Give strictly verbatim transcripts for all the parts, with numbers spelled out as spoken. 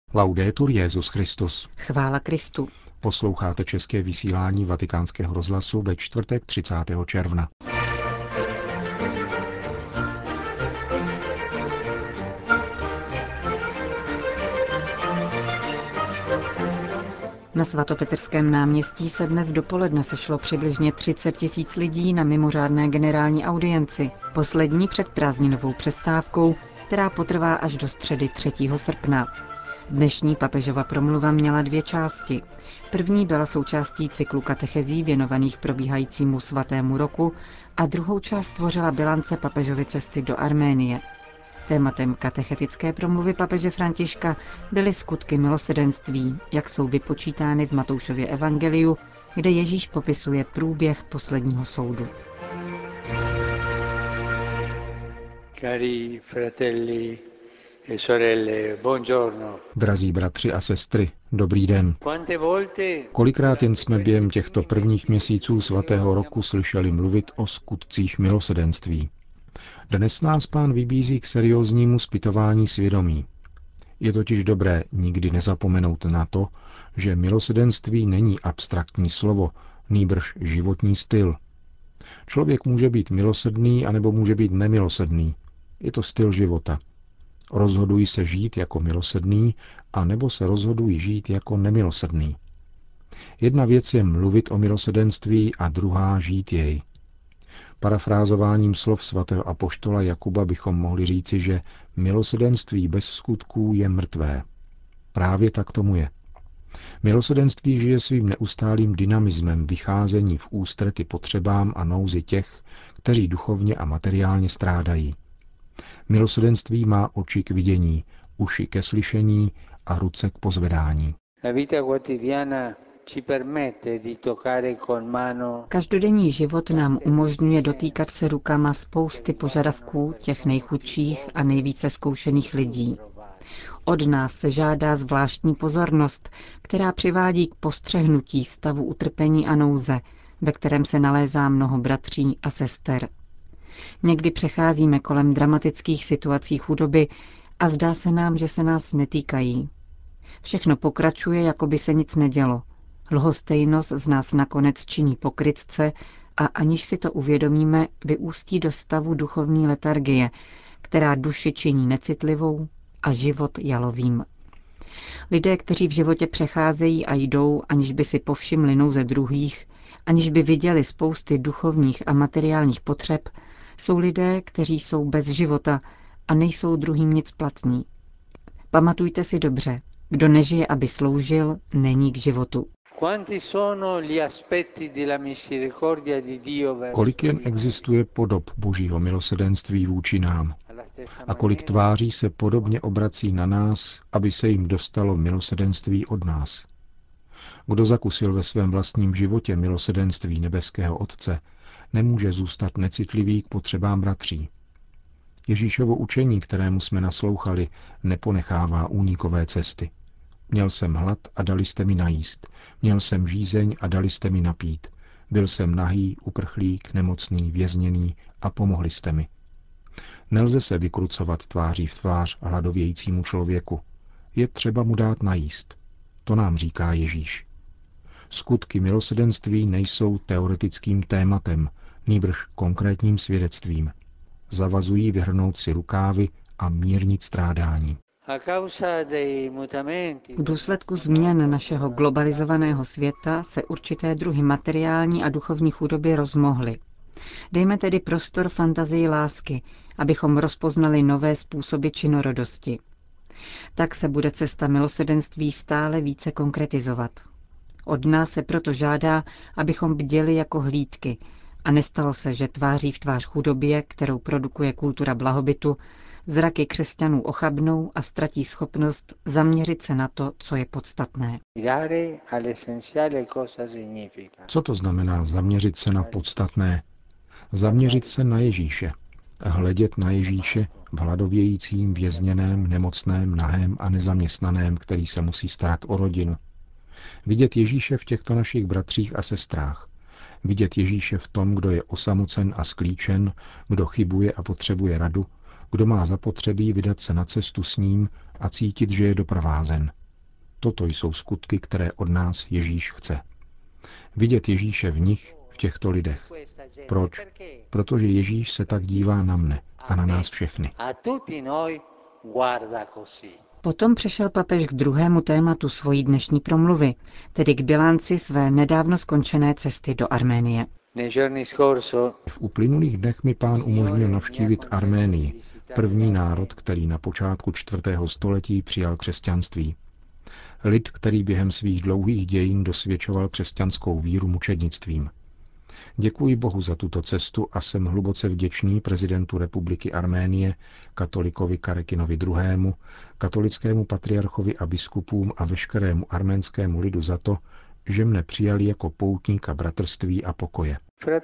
Laudetur Jesus Christus. Chvála Kristu. Posloucháte české vysílání Vatikánského rozhlasu ve čtvrtek třicátého června. Na svatopetrském náměstí se dnes dopoledne sešlo přibližně třicet tisíc lidí na mimořádné generální audienci, poslední před prázdninovou přestávkou, která potrvá až do středy třetího srpna. Dnešní papežova promluva měla dvě části. První byla součástí cyklu katechezí věnovaných probíhajícímu svatému roku a druhou část tvořila bilance papežovy cesty do Arménie. Tématem katechetické promluvy papeže Františka byly skutky milosedenství, jak jsou vypočítány v Matoušově evangeliu, kde Ježíš popisuje průběh posledního soudu. Cari fratelli e sorelle, buongiorno. Drazí bratři a sestry, dobrý den. Kolikrát jen jsme během těchto prvních měsíců svatého roku slyšeli mluvit o skutcích milosedenství. Dnes nás Pán vybízí k serióznímu zpytování svědomí. Je totiž dobré nikdy nezapomenout na to, že milosedenství není abstraktní slovo, nýbrž životní styl. Člověk může být milosrdný, anebo může být nemilosrdný. Je to styl života. Rozhoduji se žít jako milosrdný, anebo se rozhoduji žít jako nemilosrdný. Jedna věc je mluvit o milosedenství a druhá žít jej. Parafrázováním slov svatého apoštola Jakuba bychom mohli říci, že milosedenství bez skutků je mrtvé. Právě tak tomu je. Milosedenství žije svým neustálým dynamismem vycházení v ústrety potřebám a nouzi těch, kteří duchovně a materiálně strádají. Milosedenství má oči k vidění, uši ke slyšení a ruce k pozvedání. Každodenní život nám umožňuje dotýkat se rukama spousty požadavků těch nejchudších a nejvíce zkoušených lidí. Od nás se žádá zvláštní pozornost, která přivádí k postřehnutí stavu utrpení a nouze, ve kterém se nalézá mnoho bratří a sester. Někdy přecházíme kolem dramatických situací chudoby a zdá se nám, že se nás netýkají. Všechno pokračuje, jako by se nic nedělo. Lhostejnost z nás nakonec činí pokrytce a aniž si to uvědomíme, vyústí do stavu duchovní letargie, která duši činí necitlivou a život jalovým. Lidé, kteří v životě přecházejí a jdou, aniž by si povšimli nouze druhých, aniž by viděli spousty duchovních a materiálních potřeb, jsou lidé, kteří jsou bez života a nejsou druhým nic platní. Pamatujte si dobře, kdo nežije, aby sloužil, není k životu. Kolik jen existuje podob Božího milosedenství vůči nám a kolik tváří se podobně obrací na nás, aby se jim dostalo milosedenství od nás. Kdo zakusil ve svém vlastním životě milosedenství nebeského Otce, nemůže zůstat necitlivý k potřebám bratří. Ježíšovo učení, kterému jsme naslouchali, neponechává únikové cesty. Měl jsem hlad a dali jste mi najíst. Měl jsem žízeň a dali jste mi napít. Byl jsem nahý, uprchlík, nemocný, vězněný a pomohli jste mi. Nelze se vykrucovat tváří v tvář hladovějícímu člověku. Je třeba mu dát najíst. To nám říká Ježíš. Skutky milosedenství nejsou teoretickým tématem, nýbrž konkrétním svědectvím. Zavazují vyhrnout si rukávy a mírnit strádání. V důsledku změn našeho globalizovaného světa se určité druhy materiální a duchovní chudoby rozmohly. Dejme tedy prostor fantazii lásky, abychom rozpoznali nové způsoby činorodosti. Tak se bude cesta milosedenství stále více konkretizovat. Od nás se proto žádá, abychom bděli jako hlídky a nestalo se, že tváří v tvář chudobě, kterou produkuje kultura blahobytu, zraky křesťanů ochabnou a ztratí schopnost zaměřit se na to, co je podstatné. Co to znamená zaměřit se na podstatné? Zaměřit se na Ježíše. Hledět na Ježíše v hladovějícím, vězněném, nemocném, nahém a nezaměstnaném, který se musí starat o rodinu. Vidět Ježíše v těchto našich bratřích a sestrách. Vidět Ježíše v tom, kdo je osamocen a sklíčen, kdo chybuje a potřebuje radu, kdo má zapotřebí vydat se na cestu s ním a cítit, že je doprovázen. Toto jsou skutky, které od nás Ježíš chce. Vidět Ježíše v nich, v těchto lidech. Proč? Protože Ježíš se tak dívá na mne a na nás všechny. Potom přešel papež k druhému tématu svojí dnešní promluvy, tedy k bilanci své nedávno skončené cesty do Arménie. V uplynulých dnech mi Pán umožnil navštívit Arménii, první národ, který na počátku čtvrtého století přijal křesťanství. Lid, který během svých dlouhých dějin dosvědčoval křesťanskou víru mučednictvím. Děkuji Bohu za tuto cestu a jsem hluboce vděčný prezidentu Republiky Arménie, katolikovi Karekinovi druhému., katolickému patriarchovi a biskupům a veškerému arménskému lidu za to, že mne přijali jako poutníka bratrství a pokoje.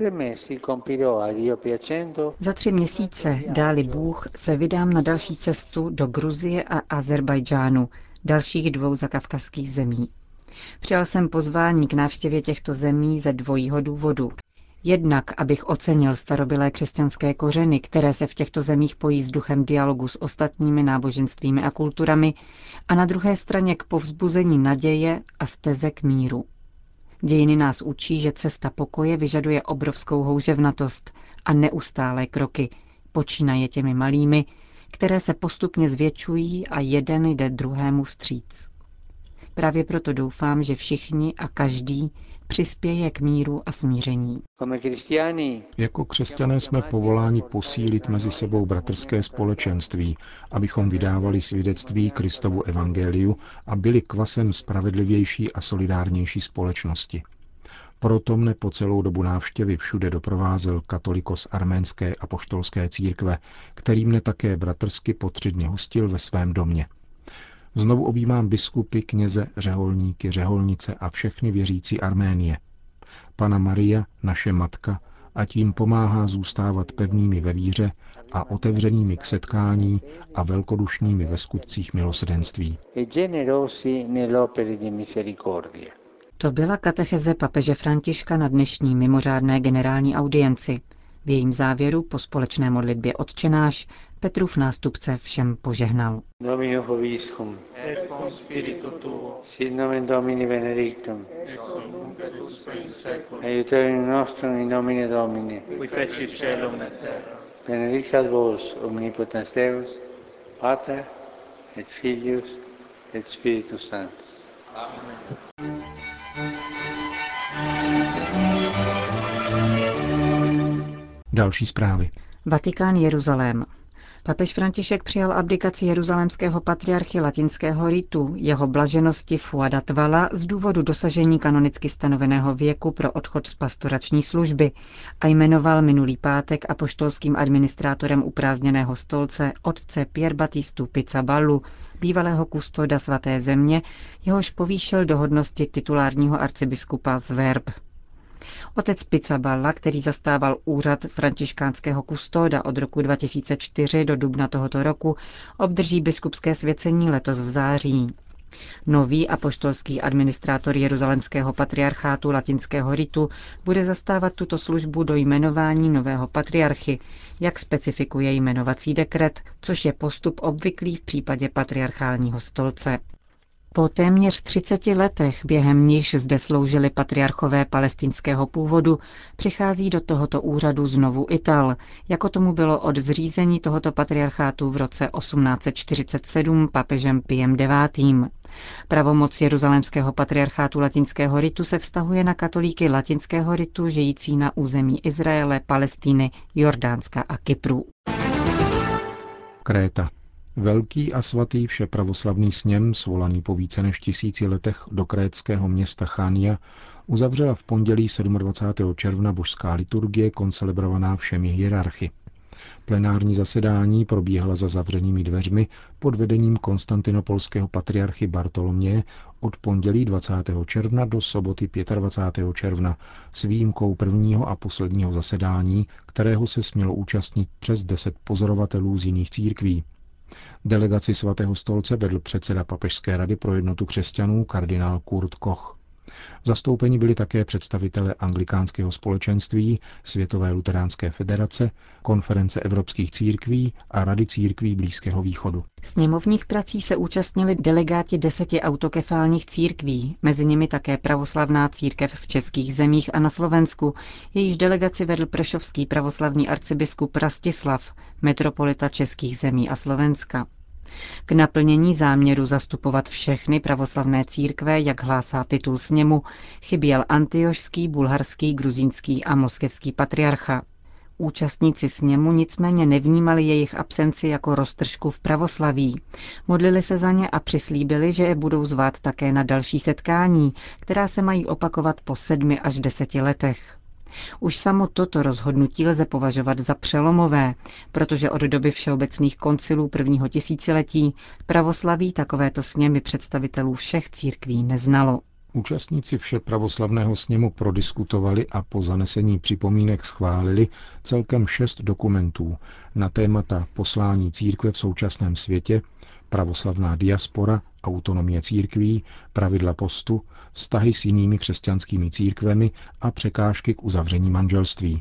Za tři měsíce, dáli Bůh, se vydám na další cestu do Gruzie a Azerbajdžánu, dalších dvou zakavkazských zemí. Přijal jsem pozvání k návštěvě těchto zemí ze dvojího důvodu. Jednak, abych ocenil starobylé křesťanské kořeny, které se v těchto zemích pojí s duchem dialogu s ostatními náboženstvími a kulturami, a na druhé straně k povzbuzení naděje a stezek míru. Dějiny nás učí, že cesta pokoje vyžaduje obrovskou houževnatost a neustálé kroky, počínaje těmi malými, které se postupně zvětšují a jeden jde druhému vstříc. Právě proto doufám, že všichni a každý přispěje k míru a smíření. Jako křesťané jsme povoláni posílit mezi sebou bratrské společenství, abychom vydávali svědectví Kristovu evangeliu a byli kvasem spravedlivější a solidárnější společnosti. Proto mne po celou dobu návštěvy všude doprovázel katolikos arménské apoštolské církve, který mne také bratrsky po tři dny hostil ve svém domě. Znovu objímám biskupy, kněze, řeholníky, řeholnice a všechny věřící Arménie. Panna Maria, naše matka, ať jim pomáhá zůstávat pevnými ve víře a otevřenými k setkání a velkodušnými ve skutcích milosrdenství. To byla katecheze papeže Františka na dnešní mimořádné generální audienci. V jejím závěru po společné modlitbě Otčenáš Petrův nástupce všem požehnal. Domino vobiscum. Et cum spiritu tuo. Sit nomen Domini benedictum. Ex hoc nunc et usque in saeculum. Aiuterium nostrum in nomine Domini. Qui feci caelum et terra. Benedicat vos omnipotens Deus, Pater et Filius et Spiritus Sanctus. Amen. Další zprávy. Vatikán, Jeruzalém. Papež František přijal abdikaci jeruzalémského patriarchy latinského ritu, jeho blaženosti Fuada Tvala, z důvodu dosažení kanonicky stanoveného věku pro odchod z pastorační služby a jmenoval minulý pátek apoštolským administrátorem uprázdněného stolce otce Pier Battistu Pizzaballu, bývalého kustoda svaté země, jehož povýšil do hodnosti titulárního arcibiskupa z Verb. Otec Pizzaballa, který zastával úřad františkánského kustoda od roku dva tisíce čtyři do dubna tohoto roku, obdrží biskupské svěcení letos v září. Nový apoštolský administrátor jeruzalemského patriarchátu latinského ritu bude zastávat tuto službu do jmenování nového patriarchy, jak specifikuje jmenovací dekret, což je postup obvyklý v případě patriarchálního stolce. Po téměř třiceti letech, během nichž zde sloužili patriarchové palestinského původu, přichází do tohoto úřadu znovu Ital, jako tomu bylo od zřízení tohoto patriarchátu v roce osmnáct set čtyřicet sedm papežem Piem devátým. Pravomoc jeruzalémského patriarchátu latinského ritu se vztahuje na katolíky latinského ritu žijící na území Izraele, Palestiny, Jordánska a Kypru. Kréta. Velký a svatý všepravoslavný sněm, svolaný po více než tisíci letech do krétského města Chania, uzavřela v pondělí dvacátého sedmého června božská liturgie koncelebrovaná všemi hierarchy. Plenární zasedání probíhala za zavřenými dveřmi pod vedením konstantinopolského patriarchy Bartoloměje od pondělí dvacátého června do soboty dvacátého pátého června s výjimkou prvního a posledního zasedání, kterého se smělo účastnit přes deset pozorovatelů z jiných církví. Delegaci svatého stolce vedl předseda Papežské rady pro jednotu křesťanů kardinál Kurt Koch. Zastoupeni byli také představitelé anglikánského společenství, Světové luteránské federace, Konference evropských církví a Rady církví Blízkého východu. Sněmovních prací se účastnili delegáti deseti autokefálních církví, mezi nimi také pravoslavná církev v českých zemích a na Slovensku, jejíž delegaci vedl prešovský pravoslavný arcibiskup Rastislav, metropolita českých zemí a Slovenska. K naplnění záměru zastupovat všechny pravoslavné církve, jak hlásá titul sněmu, chyběl antiošský, bulharský, gruzínský a moskevský patriarcha. Účastníci sněmu nicméně nevnímali jejich absenci jako roztržku v pravoslaví. Modlili se za ně a přislíbili, že je budou zvát také na další setkání, která se mají opakovat po sedmi až deseti letech. Už samo toto rozhodnutí lze považovat za přelomové, protože od doby všeobecných koncilů prvního tisíciletí pravoslaví takovéto sněmy představitelů všech církví neznalo. Účastníci všepravoslavného sněmu prodiskutovali a po zanesení připomínek schválili celkem šest dokumentů na témata poslání církve v současném světě, pravoslavná diaspora, autonomie církví, pravidla postu, vztahy s jinými křesťanskými církvemi a překážky k uzavření manželství.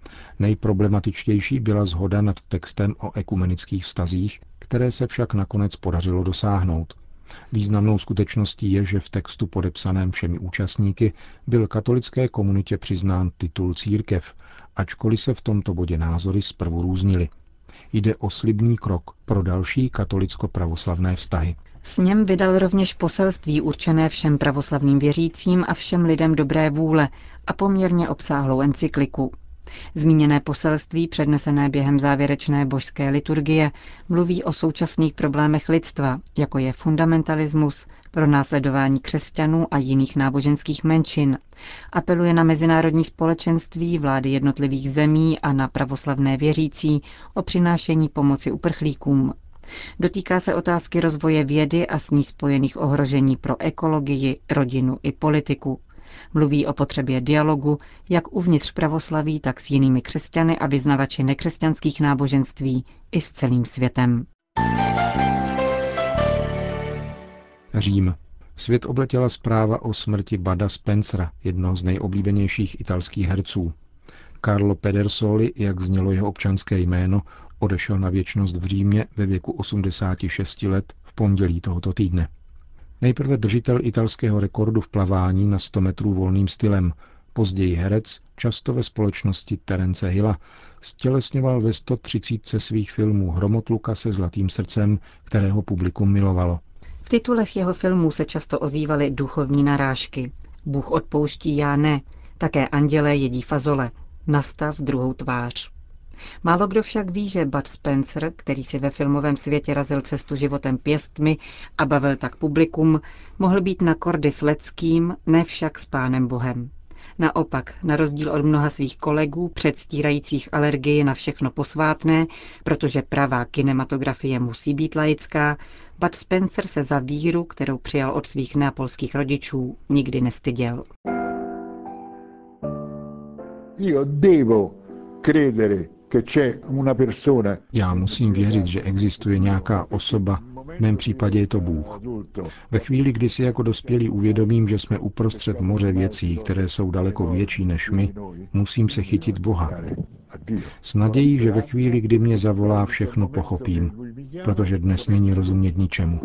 Nejproblematičtější byla shoda nad textem o ekumenických vztazích, které se však nakonec podařilo dosáhnout. Významnou skutečností je, že v textu podepsaném všemi účastníky byl katolické komunitě přiznán titul církev, ačkoliv se v tomto bodě názory zprvu různily. Jde o slibný krok pro další katolicko-pravoslavné vztahy. Sněm vydal rovněž poselství určené všem pravoslavným věřícím a všem lidem dobré vůle a poměrně obsáhlou encykliku. Zmíněné poselství, přednesené během závěrečné božské liturgie, mluví o současných problémech lidstva, jako je fundamentalismus, pronásledování křesťanů a jiných náboženských menšin. Apeluje na mezinárodní společenství, vlády jednotlivých zemí a na pravoslavné věřící o přinášení pomoci uprchlíkům. Dotýká se otázky rozvoje vědy a s ní spojených ohrožení pro ekologii, rodinu i politiku. Mluví o potřebě dialogu jak uvnitř pravoslaví, tak s jinými křesťany a vyznavači nekřesťanských náboženství i s celým světem. Řím. Svět obletěla zpráva o smrti Budda Spencera, jednoho z nejoblíbenějších italských herců. Carlo Pedersoli, jak znělo jeho občanské jméno, odešel na věčnost v Římě ve věku osmdesáti šesti let v pondělí tohoto týdne. Nejprve držitel italského rekordu v plavání na sto metrů volným stylem, později herec, často ve společnosti Terence Hilla, stělesňoval ve sto třicítce svých filmů hromotluka se zlatým srdcem, kterého publikum milovalo. V titulech jeho filmů se často ozývaly duchovní narážky. Bůh odpouští, já ne, také andělé jedí fazole, nastav druhou tvář. Málo kdo však ví, že Bud Spencer, který si ve filmovém světě razil cestu životem pěstmi a bavil tak publikum, mohl být na kordy s lidským, ne však s Pánem Bohem. Naopak, na rozdíl od mnoha svých kolegů, předstírajících alergii na všechno posvátné, protože pravá kinematografie musí být laická, Bud Spencer se za víru, kterou přijal od svých neapolských rodičů, nikdy nestyděl. Io devo credere. Já musím věřit, že existuje nějaká osoba, v mém případě je to Bůh. Ve chvíli, kdy si jako dospělý uvědomím, že jsme uprostřed moře věcí, které jsou daleko větší než my, musím se chytit Boha. S nadějí, že ve chvíli, kdy mě zavolá, všechno pochopím, protože dnes není rozumět ničemu.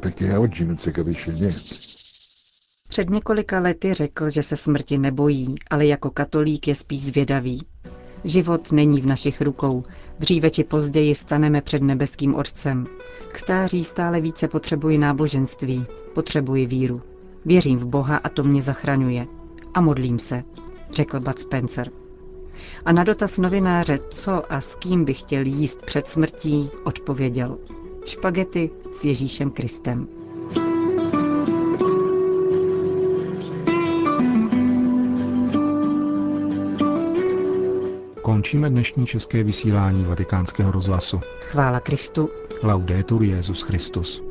Před několika lety řekl, že se smrti nebojí, ale jako katolík je spíš zvědavý. Život není v našich rukou. Dříve či později staneme před nebeským Otcem. K stáří stále více potřebuji náboženství, potřebuji víru. Věřím v Boha a to mě zachraňuje. A modlím se, řekl Bud Spencer. A na dotaz novináře, co a s kým by chtěl jíst před smrtí, odpověděl: špagety s Ježíšem Kristem. Končíme dnešní české vysílání Vatikánského rozhlasu. Chvála Kristu. Laudetur Jesus Christus.